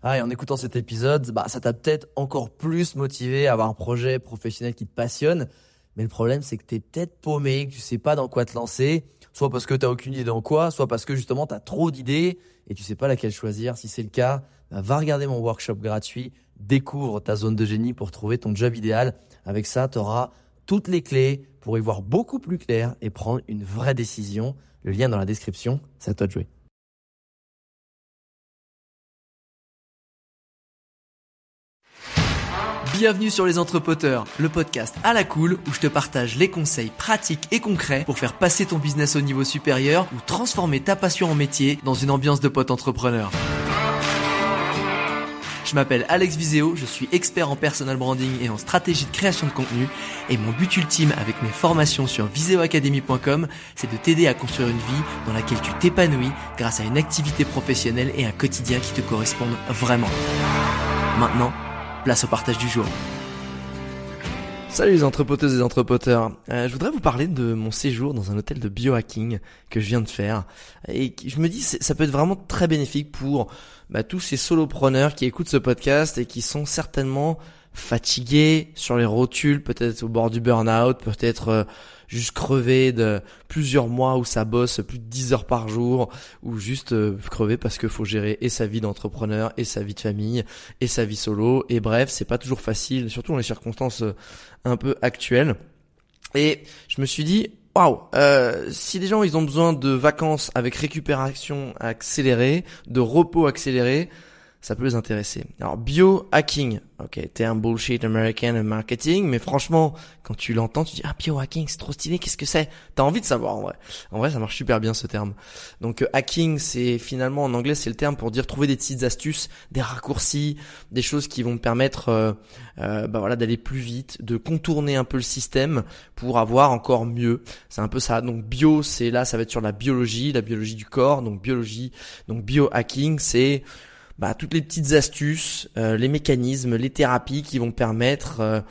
Ah, et en écoutant cet épisode, ça t'a peut-être encore plus motivé à avoir un projet professionnel qui te passionne. Mais le problème, c'est que t'es peut-être paumé, que tu sais pas dans quoi te lancer. Soit parce que t'as aucune idée dans quoi, soit parce que justement t'as trop d'idées et tu sais pas laquelle choisir. Si c'est le cas, va regarder mon workshop gratuit. Découvre ta zone de génie pour trouver ton job idéal. Avec ça, t'auras toutes les clés pour y voir beaucoup plus clair et prendre une vraie décision. Le lien dans la description, c'est à toi de jouer. Bienvenue sur Les Entrepoteurs, le podcast à la cool où je te partage les conseils pratiques et concrets pour faire passer ton business au niveau supérieur ou transformer ta passion en métier dans une ambiance de pote entrepreneur. Je m'appelle Alex Viseo, je suis expert en personal branding et en stratégie de création de contenu et mon but ultime avec mes formations sur viseoacademy.com, c'est de t'aider à construire une vie dans laquelle tu t'épanouis grâce à une activité professionnelle et un quotidien qui te correspondent vraiment. Maintenant, place au partage du jour. Salut les entrepoteuses et entrepoteurs. Je voudrais vous parler de mon séjour dans un hôtel de biohacking que je viens de faire. Et je me dis, ça peut être vraiment très bénéfique pour tous ces solopreneurs qui écoutent ce podcast et qui sont certainement fatigués sur les rotules, peut-être au bord du burn-out, peut-être juste crevés de plusieurs mois où ça bosse plus de 10 heures par jour, ou juste crevé parce que faut gérer et sa vie d'entrepreneur, et sa vie de famille, et sa vie solo, et bref, c'est pas toujours facile, surtout dans les circonstances un peu actuelles. Et je me suis dit, waouh, si les gens ils ont besoin de vacances avec récupération accélérée, de repos accéléré, ça peut les intéresser. Alors biohacking, ok, terme bullshit American marketing, mais franchement, quand tu l'entends, tu dis biohacking, c'est trop stylé, qu'est-ce que c'est? T'as envie de savoir en vrai. En vrai, ça marche super bien ce terme. Donc hacking, c'est finalement en anglais, c'est le terme pour dire trouver des petites astuces, des raccourcis, des choses qui vont me permettre d'aller plus vite, de contourner un peu le système pour avoir encore mieux. C'est un peu ça. Donc bio, c'est là, ça va être sur la biologie du corps, donc biologie. Donc biohacking, c'est toutes les petites astuces, les mécanismes, les thérapies qui vont permettre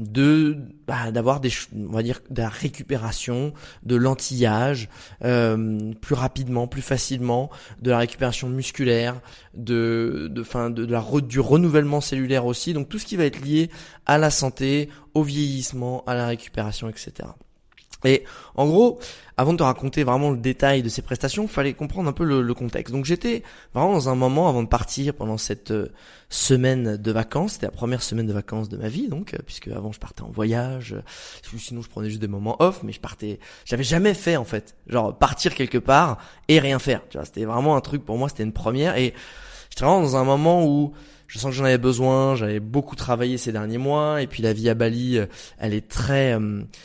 d'avoir on va dire de la récupération, de l'anti-âge plus rapidement, plus facilement, de la récupération musculaire, du renouvellement cellulaire aussi. Donc tout ce qui va être lié à la santé, au vieillissement, à la récupération, etc. Et en gros, avant de te raconter vraiment le détail de ces prestations, il fallait comprendre un peu le contexte. Donc j'étais vraiment dans un moment avant de partir pendant cette semaine de vacances. C'était la première semaine de vacances de ma vie, donc puisque avant je partais en voyage, sinon je prenais juste des moments off, mais j'avais jamais fait en fait, genre partir quelque part et rien faire. Tu vois, c'était vraiment un truc pour moi, c'était une première et j'étais vraiment dans un moment où je sens que j'en avais besoin. J'avais beaucoup travaillé ces derniers mois et puis la vie à Bali, elle est très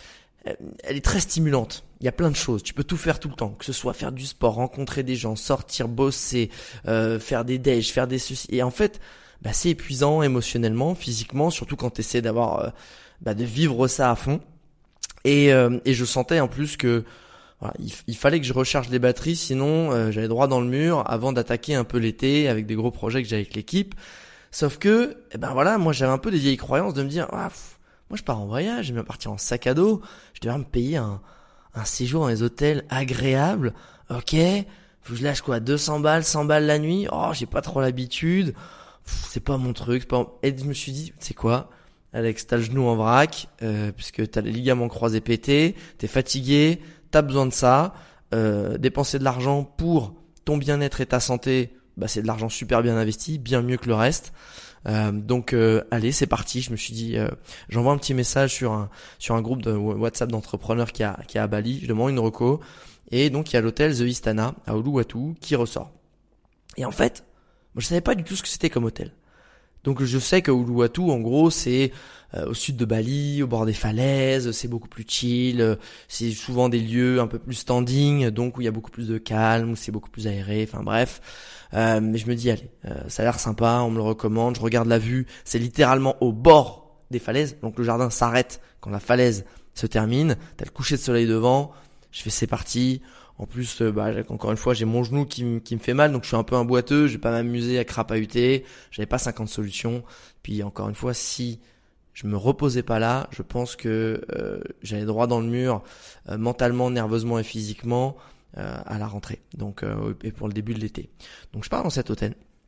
stimulante. Il y a plein de choses. Tu peux tout faire tout le temps. Que ce soit faire du sport, rencontrer des gens, sortir, bosser, faire des déj, faire des ceci. Et en fait, c'est épuisant émotionnellement, physiquement, surtout quand tu essaies d'avoir, de vivre ça à fond. Et je sentais en plus que voilà, il fallait que je recharge les batteries, sinon j'allais droit dans le mur avant d'attaquer un peu l'été avec des gros projets que j'ai avec l'équipe. Sauf que, moi j'avais un peu des vieilles croyances de me dire, moi je pars en voyage, j'aime bien partir en sac à dos, je devrais me payer un séjour dans les hôtels agréables, ok, faut que je lâche quoi, 200 balles, 100 balles la nuit, j'ai pas trop l'habitude, c'est pas mon truc, Et je me suis dit, tu sais quoi, Alex, t'as le genou en vrac, puisque t'as les ligaments croisés pétés, t'es fatigué, t'as besoin de ça, dépenser de l'argent pour ton bien-être et ta santé, c'est de l'argent super bien investi, bien mieux que le reste. Donc allez, c'est parti. Je me suis dit, j'envoie un petit message sur un groupe de WhatsApp d'entrepreneurs qui a à Bali. Je demande une reco et donc il y a l'hôtel The Istana à Uluwatu qui ressort. Et en fait, moi je savais pas du tout ce que c'était comme hôtel. Donc je sais que Uluwatu, en gros, c'est au sud de Bali, au bord des falaises, c'est beaucoup plus chill, c'est souvent des lieux un peu plus standing, donc où il y a beaucoup plus de calme, où c'est beaucoup plus aéré, enfin bref. Mais je me dis, allez, ça a l'air sympa, on me le recommande, je regarde la vue, c'est littéralement au bord des falaises, donc le jardin s'arrête quand la falaise se termine, t'as le coucher de soleil devant, je fais c'est parti. En plus, encore une fois, j'ai mon genou qui me fait mal, donc je suis un peu un boiteux, je vais pas m'amuser à crapahuter, j'avais pas 50 solutions. Puis encore une fois, si je me reposais pas là, je pense que j'allais droit dans le mur, mentalement, nerveusement et physiquement, à la rentrée. Donc et pour le début de l'été. Donc je pars dans cet hôtel.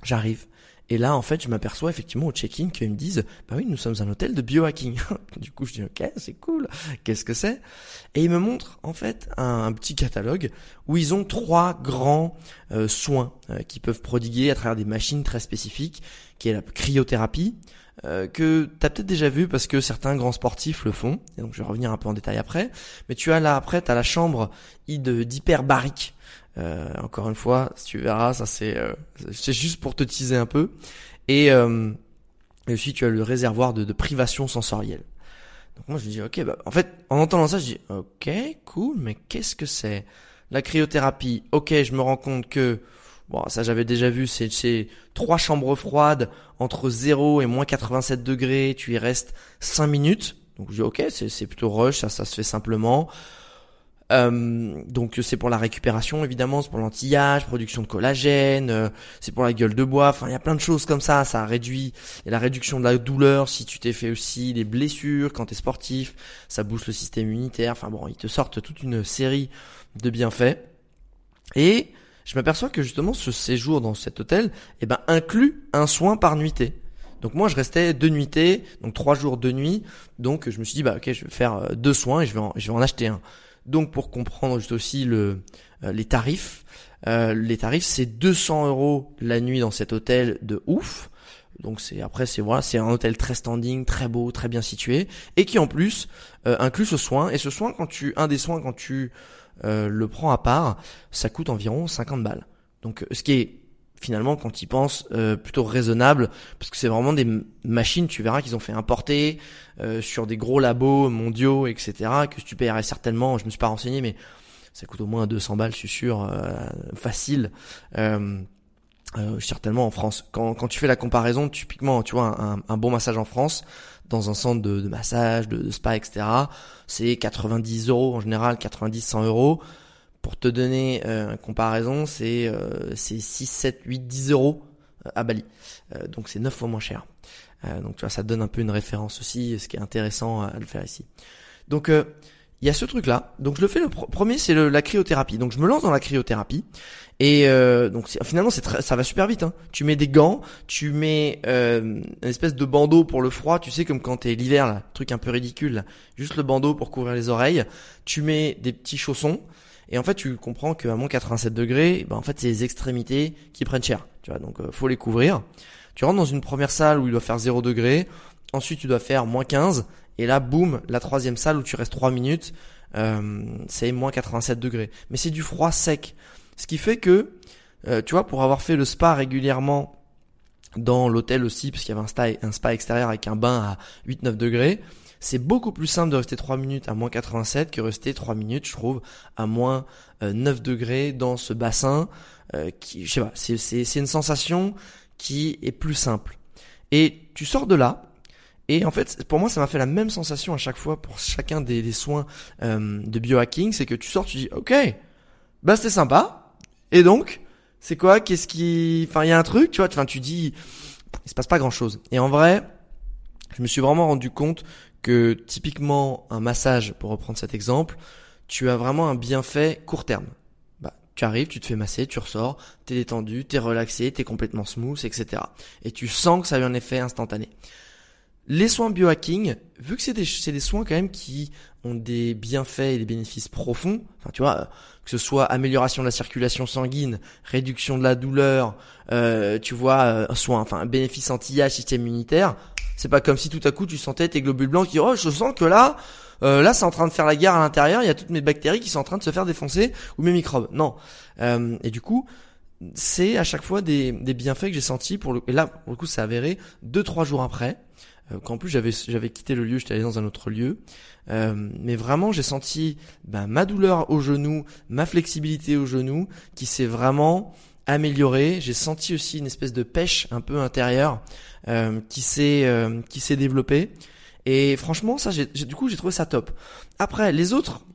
J'arrive. Et là, en fait, je m'aperçois effectivement au check-in qu'ils me disent, bah oui, nous sommes un hôtel de biohacking. Du coup, je dis, ok, c'est cool. Qu'est-ce que c'est? Et ils me montrent, en fait, un petit catalogue où ils ont 3 grands soins qu'ils peuvent prodiguer à travers des machines très spécifiques, qui est la cryothérapie, que t'as peut-être déjà vu parce que certains grands sportifs le font. Et donc, je vais revenir un peu en détail après. Mais tu as là, après, t'as la chambre d'hyperbarique. Encore une fois, si tu verras, ça c'est juste pour te teaser un peu. Et aussi tu as le réservoir de privation sensorielle. Donc moi je me dis ok, bah en fait en entendant ça je dis ok cool, mais qu'est-ce que c'est la cryothérapie? Ok, je me rends compte que bon ça j'avais déjà vu, c'est 3 chambres froides entre 0 et moins 87 degrés, tu y restes 5 minutes. Donc je dis ok, c'est plutôt rush, ça se fait simplement. Donc c'est pour la récupération évidemment, c'est pour l'anti-âge, production de collagène, c'est pour la gueule de bois, enfin il y a plein de choses comme ça réduit, et la réduction de la douleur si tu t'es fait aussi des blessures quand t'es sportif, ça booste le système immunitaire, enfin bon ils te sortent toute une série de bienfaits. Et je m'aperçois que justement ce séjour dans cet hôtel inclut un soin par nuitée. Donc moi je restais 2 nuitées, donc 3 jours 2 nuits, donc je me suis dit bah ok je vais faire 2 soins et je vais en acheter un. Donc pour comprendre juste aussi les tarifs, c'est 200 € la nuit dans cet hôtel de ouf. Donc c'est un hôtel très standing, très beau, très bien situé, et qui en plus inclut ce soin. Et ce soin quand tu le prends à part, ça coûte environ 50 balles. Donc ce qui est finalement quand tu y penses plutôt raisonnable, parce que c'est vraiment des machines, tu verras qu'ils ont fait importer sur des gros labos mondiaux, etc., que tu paierais certainement, je me suis pas renseigné, mais ça coûte au moins 200 balles, je suis sûr, facile, certainement en France. Quand tu fais la comparaison, typiquement, tu vois, un bon massage en France, dans un centre de massage, de spa, etc., c'est 90 € en général, 90-100 €. Pour te donner une comparaison, c'est 6, 7, 8, 10 € à Bali. Donc c'est 9 fois moins cher. Donc tu vois, ça donne un peu une référence aussi, ce qui est intéressant à le faire ici. Donc il y a ce truc-là. Donc je le fais, le premier c'est la cryothérapie. Donc je me lance dans la cryothérapie. Et donc finalement ça va super vite. Hein. Tu mets des gants, tu mets une espèce de bandeau pour le froid. Tu sais comme quand t'es l'hiver, là, truc un peu ridicule, là. Juste le bandeau pour couvrir les oreilles. Tu mets des petits chaussons. Et en fait, tu comprends qu'à moins 87 degrés, en fait, c'est les extrémités qui prennent cher. Tu vois, donc faut les couvrir. Tu rentres dans une première salle où il doit faire 0 degré. Ensuite, tu dois faire moins 15. Et là, boum, la troisième salle où tu restes 3 minutes, c'est moins 87 degrés. Mais c'est du froid sec. Ce qui fait que, tu vois, pour avoir fait le spa régulièrement dans l'hôtel aussi, parce qu'il y avait un spa extérieur avec un bain à 8-9 degrés, c'est beaucoup plus simple de rester 3 minutes à moins 87 que rester 3 minutes, je trouve, à moins 9 degrés dans ce bassin. Je sais pas, c'est une sensation qui est plus simple. Et tu sors de là, et en fait, pour moi, ça m'a fait la même sensation à chaque fois pour chacun des soins de biohacking, c'est que tu sors, tu dis, ok, bah c'était sympa. Et donc, c'est quoi? Enfin, il y a un truc, tu vois, enfin, tu dis, il se passe pas grand chose. Et en vrai, je me suis vraiment rendu compte que typiquement un massage, pour reprendre cet exemple, tu as vraiment un bienfait court terme. Bah, tu arrives, tu te fais masser, tu ressors, t'es détendu, t'es relaxé, t'es complètement smooth, etc. Et tu sens que ça a eu un effet instantané. Les soins biohacking, vu que c'est des soins quand même qui ont des bienfaits et des bénéfices profonds, enfin tu vois, que ce soit amélioration de la circulation sanguine, réduction de la douleur, tu vois, un bénéfice anti-âge, système immunitaire, c'est pas comme si tout à coup tu sentais tes globules blancs qui je sens que là c'est en train de faire la guerre à l'intérieur, il y a toutes mes bactéries qui sont en train de se faire défoncer ou mes microbes. Non. Et du coup, c'est à chaque fois des bienfaits que j'ai sentis et là pour le coup c'est avéré 2-3 jours après. Qu'en plus j'avais quitté le lieu, j'étais allé dans un autre lieu, mais vraiment j'ai senti ma douleur au genou, ma flexibilité au genou qui s'est vraiment améliorée. J'ai senti aussi une espèce de pêche un peu intérieure qui s'est développée, et franchement ça j'ai trouvé ça top. Après les autres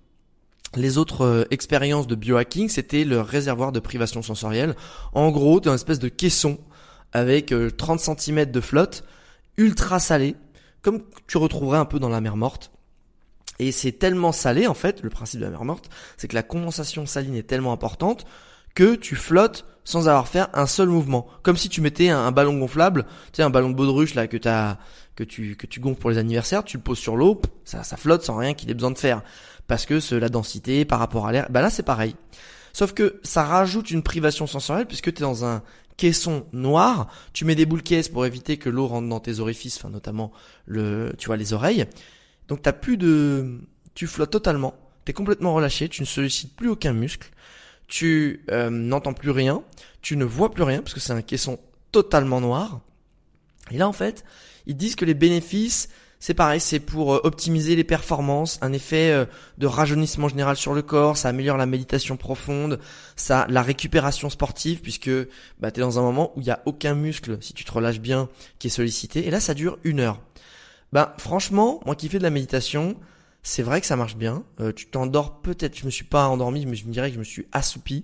expériences de biohacking, c'était le réservoir de privation sensorielle. En gros, t'as une espèce de caisson avec 30 cm de flotte, ultra salé, comme tu retrouverais un peu dans la mer Morte. Et c'est tellement salé, en fait, le principe de la mer Morte, c'est que la condensation saline est tellement importante que tu flottes sans avoir fait un seul mouvement. Comme si tu mettais un ballon gonflable, tu sais, un ballon de baudruche là que tu gonfles pour les anniversaires, tu le poses sur l'eau, ça flotte sans rien qu'il ait besoin de faire. Parce que la densité par rapport à l'air, là c'est pareil. Sauf que ça rajoute une privation sensorielle puisque tu es dans un caisson noir, tu mets des boules caisses pour éviter que l'eau rentre dans tes orifices, enfin notamment les oreilles. Donc tu flottes totalement, tu es complètement relâché, tu ne sollicites plus aucun muscle, tu n'entends plus rien, tu ne vois plus rien parce que c'est un caisson totalement noir. Et là en fait, ils disent que les bénéfices, c'est pareil, c'est pour optimiser les performances, un effet de rajeunissement général sur le corps, ça améliore la méditation profonde, la récupération sportive puisque t'es dans un moment où il y a aucun muscle, si tu te relâches bien, qui est sollicité. Et là, ça dure 1 heure. Franchement, moi qui fais de la méditation, c'est vrai que ça marche bien. Tu t'endors peut-être, je me suis pas endormi, mais je me dirais que je me suis assoupi.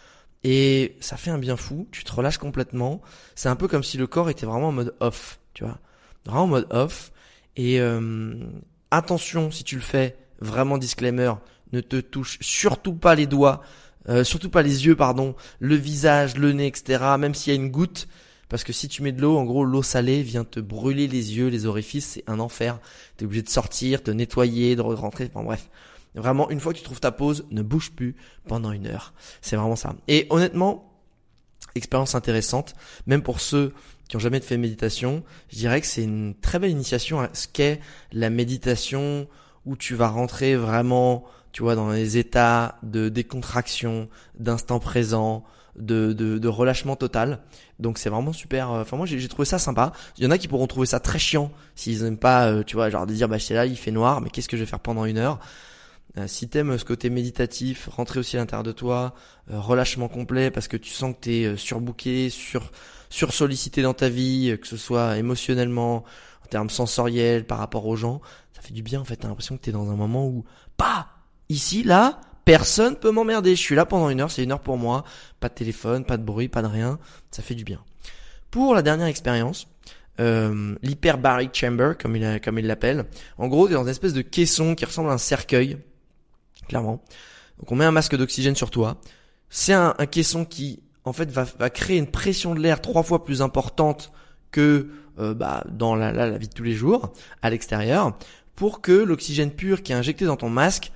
Et ça fait un bien fou, tu te relâches complètement. C'est un peu comme si le corps était vraiment en mode off, tu vois. Vraiment en mode off. Et attention, si tu le fais, vraiment disclaimer, ne te touche surtout pas les doigts, surtout pas les yeux, le visage, le nez, etc. Même s'il y a une goutte, parce que si tu mets de l'eau, en gros, l'eau salée vient te brûler les yeux, les orifices, c'est un enfer. T'es obligé de sortir, de nettoyer, de rentrer, enfin bref. Vraiment, une fois que tu trouves ta pause, ne bouge plus pendant 1 heure. C'est vraiment ça. Et honnêtement, expérience intéressante, même pour ceux qui ont jamais fait méditation, je dirais que c'est une très belle initiation à ce qu'est la méditation où tu vas rentrer vraiment, tu vois, dans les états de décontraction, d'instant présent, de relâchement total. Donc c'est vraiment super. Enfin moi j'ai trouvé ça sympa. Il y en a qui pourront trouver ça très chiant s'ils n'aiment pas, tu vois, genre de dire c'est là, il fait noir, mais qu'est-ce que je vais faire pendant 1 heure? Si t'aimes ce côté méditatif, rentrer aussi à l'intérieur de toi, relâchement complet parce que tu sens que t'es surbooké, sursollicité dans ta vie, que ce soit émotionnellement, en termes sensoriels, par rapport aux gens, ça fait du bien en fait. T'as l'impression que t'es dans un moment où, ici, là, personne peut m'emmerder. Je suis là pendant 1 heure, c'est 1 heure pour moi. Pas de téléphone, pas de bruit, pas de rien. Ça fait du bien. Pour la dernière expérience, l'hyperbaric chamber, comme il l'appelle. En gros, t'es dans une espèce de caisson qui ressemble à un cercueil. Clairement. Donc on met un masque d'oxygène sur toi. C'est un caisson qui en fait va créer une pression de l'air 3 fois plus importante que dans la vie de tous les jours à l'extérieur, pour que l'oxygène pur qui est injecté dans ton masque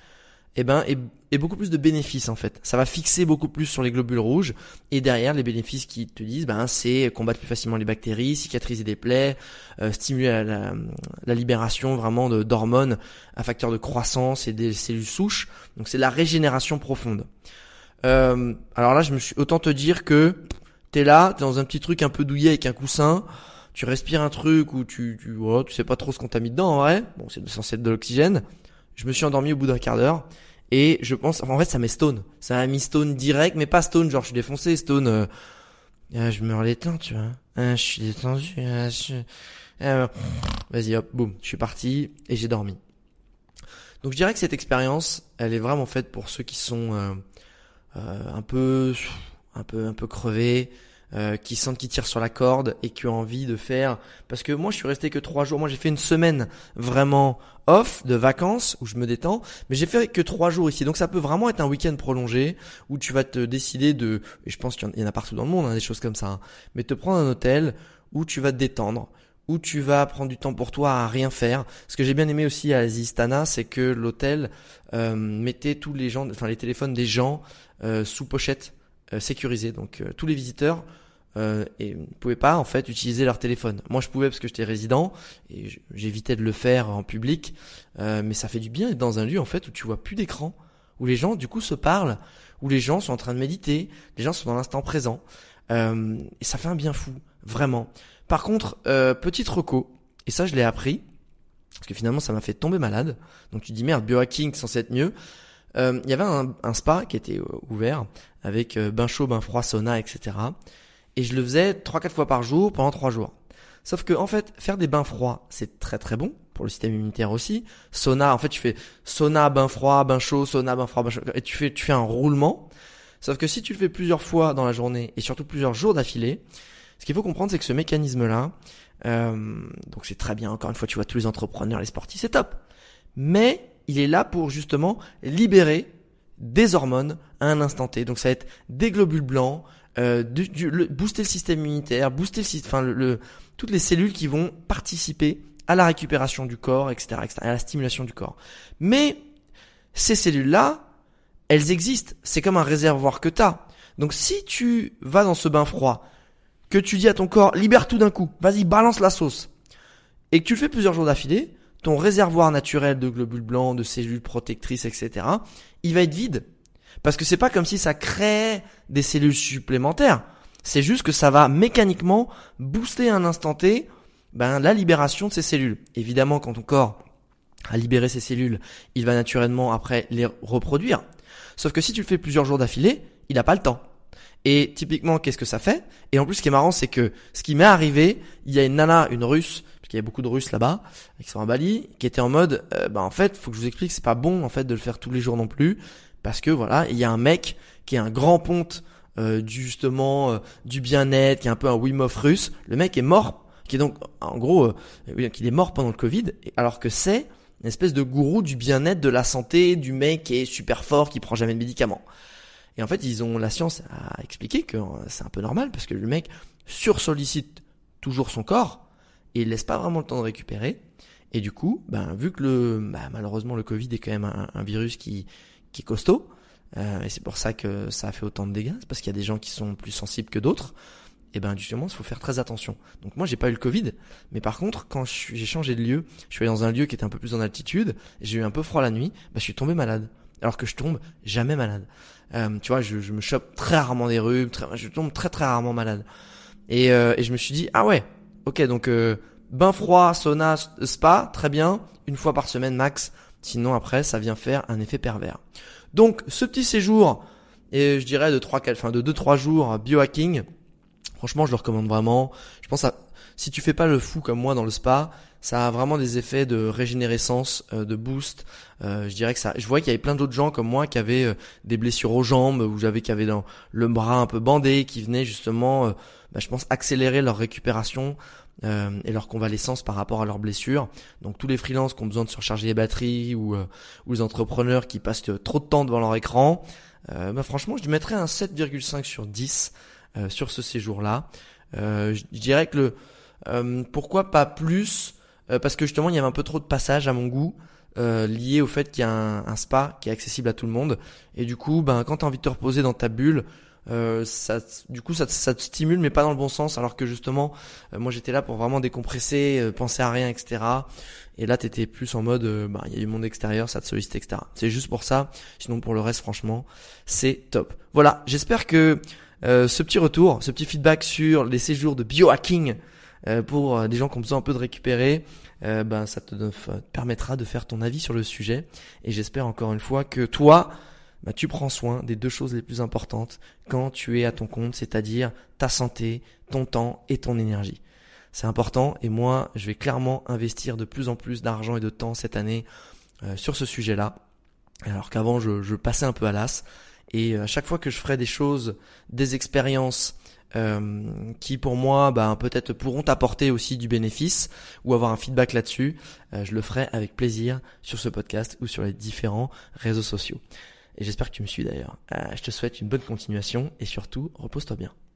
ait beaucoup plus de bénéfices en fait. Ça va fixer beaucoup plus sur les globules rouges, et derrière les bénéfices qui te disent c'est combattre plus facilement les bactéries, cicatriser des plaies, stimuler la libération vraiment d'hormones à facteur de croissance et des cellules souches. Donc c'est la régénération profonde. Alors là autant te dire que t'es dans un petit truc un peu douillet avec un coussin, tu respires un truc où tu sais pas trop ce qu'on t'a mis dedans en vrai. Bon, c'est censé être de l'oxygène. Je me suis endormi au bout d'1 quart d'heure. Et je pense, en fait, ça met stone. Ça m'a mis stone direct, mais pas stone, genre je suis défoncé, stone, je me redétends, tu vois. Je suis détendu, vas-y, hop, boum, je suis parti et j'ai dormi. Donc je dirais que cette expérience, elle est vraiment faite pour ceux qui sont un peu crevés, qui sentent qu'ils tirent sur la corde et qui ont envie de faire, parce que moi je suis resté que 3 jours, moi j'ai fait une semaine vraiment off de vacances où je me détends, mais j'ai fait que 3 jours ici, donc ça peut vraiment être un week-end prolongé où tu vas te décider et je pense qu'il y en a partout dans le monde, des choses comme ça, mais te prendre un hôtel où tu vas te détendre, où tu vas prendre du temps pour toi à rien faire. Ce que j'ai bien aimé aussi à Zistana, c'est que l'hôtel mettait les téléphones des gens sous pochette sécurisée, donc tous les visiteurs et ne pouvaient pas en fait utiliser leur téléphone. Moi je pouvais parce que j'étais résident et j'évitais de le faire en public, mais ça fait du bien d'être dans un lieu en fait où tu vois plus d'écran, où les gens du coup se parlent, où les gens sont en train de méditer, les gens sont dans l'instant présent, et ça fait un bien fou, vraiment. Par contre, petite reco, et ça je l'ai appris parce que finalement ça m'a fait tomber malade. Donc tu te dis merde, biohacking c'est censé être mieux. Il y avait un spa qui était ouvert avec bain chaud, bain froid, sauna, etc. Et je le faisais 3-4 fois par jour pendant 3 jours. Sauf que en fait, faire des bains froids, c'est très très bon pour le système immunitaire aussi. Sauna, en fait, tu fais sauna, bain froid, bain chaud, sauna, bain froid, bain chaud, et tu fais un roulement. Sauf que si tu le fais plusieurs fois dans la journée et surtout plusieurs jours d'affilée, ce qu'il faut comprendre, c'est que ce mécanisme-là, donc c'est très bien. Encore une fois, tu vois tous les entrepreneurs, les sportifs, c'est top. Mais il est là pour justement libérer des hormones à un instant T. Donc ça va être des globules blancs, booster le système immunitaire, booster toutes les cellules qui vont participer à la récupération du corps, etc., à la stimulation du corps. Mais ces cellules-là, elles existent. C'est comme un réservoir que tu as. Donc si tu vas dans ce bain froid, que tu dis à ton corps, libère tout d'un coup, vas-y, balance la sauce, et que tu le fais plusieurs jours d'affilée, ton réservoir naturel de globules blancs, de cellules protectrices, etc., il va être vide. Parce que c'est pas comme si ça crée des cellules supplémentaires. C'est juste que ça va mécaniquement booster à un instant T, la libération de ces cellules. Évidemment, quand ton corps a libéré ces cellules, il va naturellement après les reproduire. Sauf que si tu le fais plusieurs jours d'affilée, il n'a pas le temps. Et typiquement, qu'est-ce que ça fait? Et en plus, ce qui est marrant, c'est que ce qui m'est arrivé, il y a une nana, une Russe, parce qu'il y a beaucoup de Russes là-bas, qui sont à Bali, qui était en mode, en fait, faut que je vous explique, c'est pas bon en fait de le faire tous les jours non plus, parce que voilà, il y a un mec qui est un grand ponte du bien-être, qui est un peu un Wim Hof russe. Le mec est mort, qui est donc en gros, qu'il est mort pendant le Covid, alors que c'est une espèce de gourou du bien-être, de la santé, du mec qui est super fort, qui prend jamais de médicaments. Et en fait, la science a expliqué que c'est un peu normal parce que le mec sursollicite toujours son corps et il laisse pas vraiment le temps de récupérer. Et du coup, vu que malheureusement le Covid est quand même un virus qui est costaud, et c'est pour ça que ça a fait autant de dégâts, c'est parce qu'il y a des gens qui sont plus sensibles que d'autres. Et justement, il faut faire très attention. Donc moi, j'ai pas eu le Covid, mais par contre, quand j'ai changé de lieu, je suis allé dans un lieu qui était un peu plus en altitude, j'ai eu un peu froid la nuit, je suis tombé malade. Alors que je tombe jamais malade. Tu vois, je me chope très rarement des rhumes, je tombe très très rarement malade. Et je me suis dit, ah ouais, ok, donc bain froid, sauna, spa, très bien, une fois par semaine max. Sinon après, ça vient faire un effet pervers. Donc ce petit séjour, et je dirais de 2-3 jours biohacking, franchement, je le recommande vraiment. Je pense si tu fais pas le fou comme moi dans le spa, ça a vraiment des effets de régénérescence, de boost. Je dirais que je voyais qu'il y avait plein d'autres gens comme moi qui avaient des blessures aux jambes, qui avaient dans le bras un peu bandé, qui venaient justement, je pense, accélérer leur récupération et leur convalescence par rapport à leurs blessures. Donc tous les freelances qui ont besoin de surcharger les batteries ou les entrepreneurs qui passent trop de temps devant leur écran, franchement, je lui mettrais un 7,5 sur 10 sur ce séjour-là. Je dirais que pourquoi pas plus, parce que justement il y avait un peu trop de passages à mon goût, lié au fait qu'il y a un spa qui est accessible à tout le monde, et du coup quand tu as envie de te reposer dans ta bulle, ça te stimule, mais pas dans le bon sens, alors que justement moi j'étais là pour vraiment décompresser, penser à rien, etc. Et là t'étais plus en mode il y a du monde extérieur, ça te sollicite, etc. C'est juste pour ça. Sinon pour le reste, franchement, c'est top. Voilà, j'espère que ce petit retour, ce petit feedback sur les séjours de biohacking pour des gens qui ont besoin un peu de récupérer, ça te permettra de faire ton avis sur le sujet. Et j'espère encore une fois que toi, tu prends soin des deux choses les plus importantes quand tu es à ton compte, c'est-à-dire ta santé, ton temps et ton énergie. C'est important, et moi, je vais clairement investir de plus en plus d'argent et de temps cette année sur ce sujet-là, alors qu'avant, je passais un peu à l'as. Et à chaque fois que je ferai des choses, des expériences qui pour moi peut-être pourront t'apporter aussi du bénéfice ou avoir un feedback là-dessus, je le ferai avec plaisir sur ce podcast ou sur les différents réseaux sociaux. Et j'espère que tu me suis d'ailleurs. Je te souhaite une bonne continuation et surtout, repose-toi bien.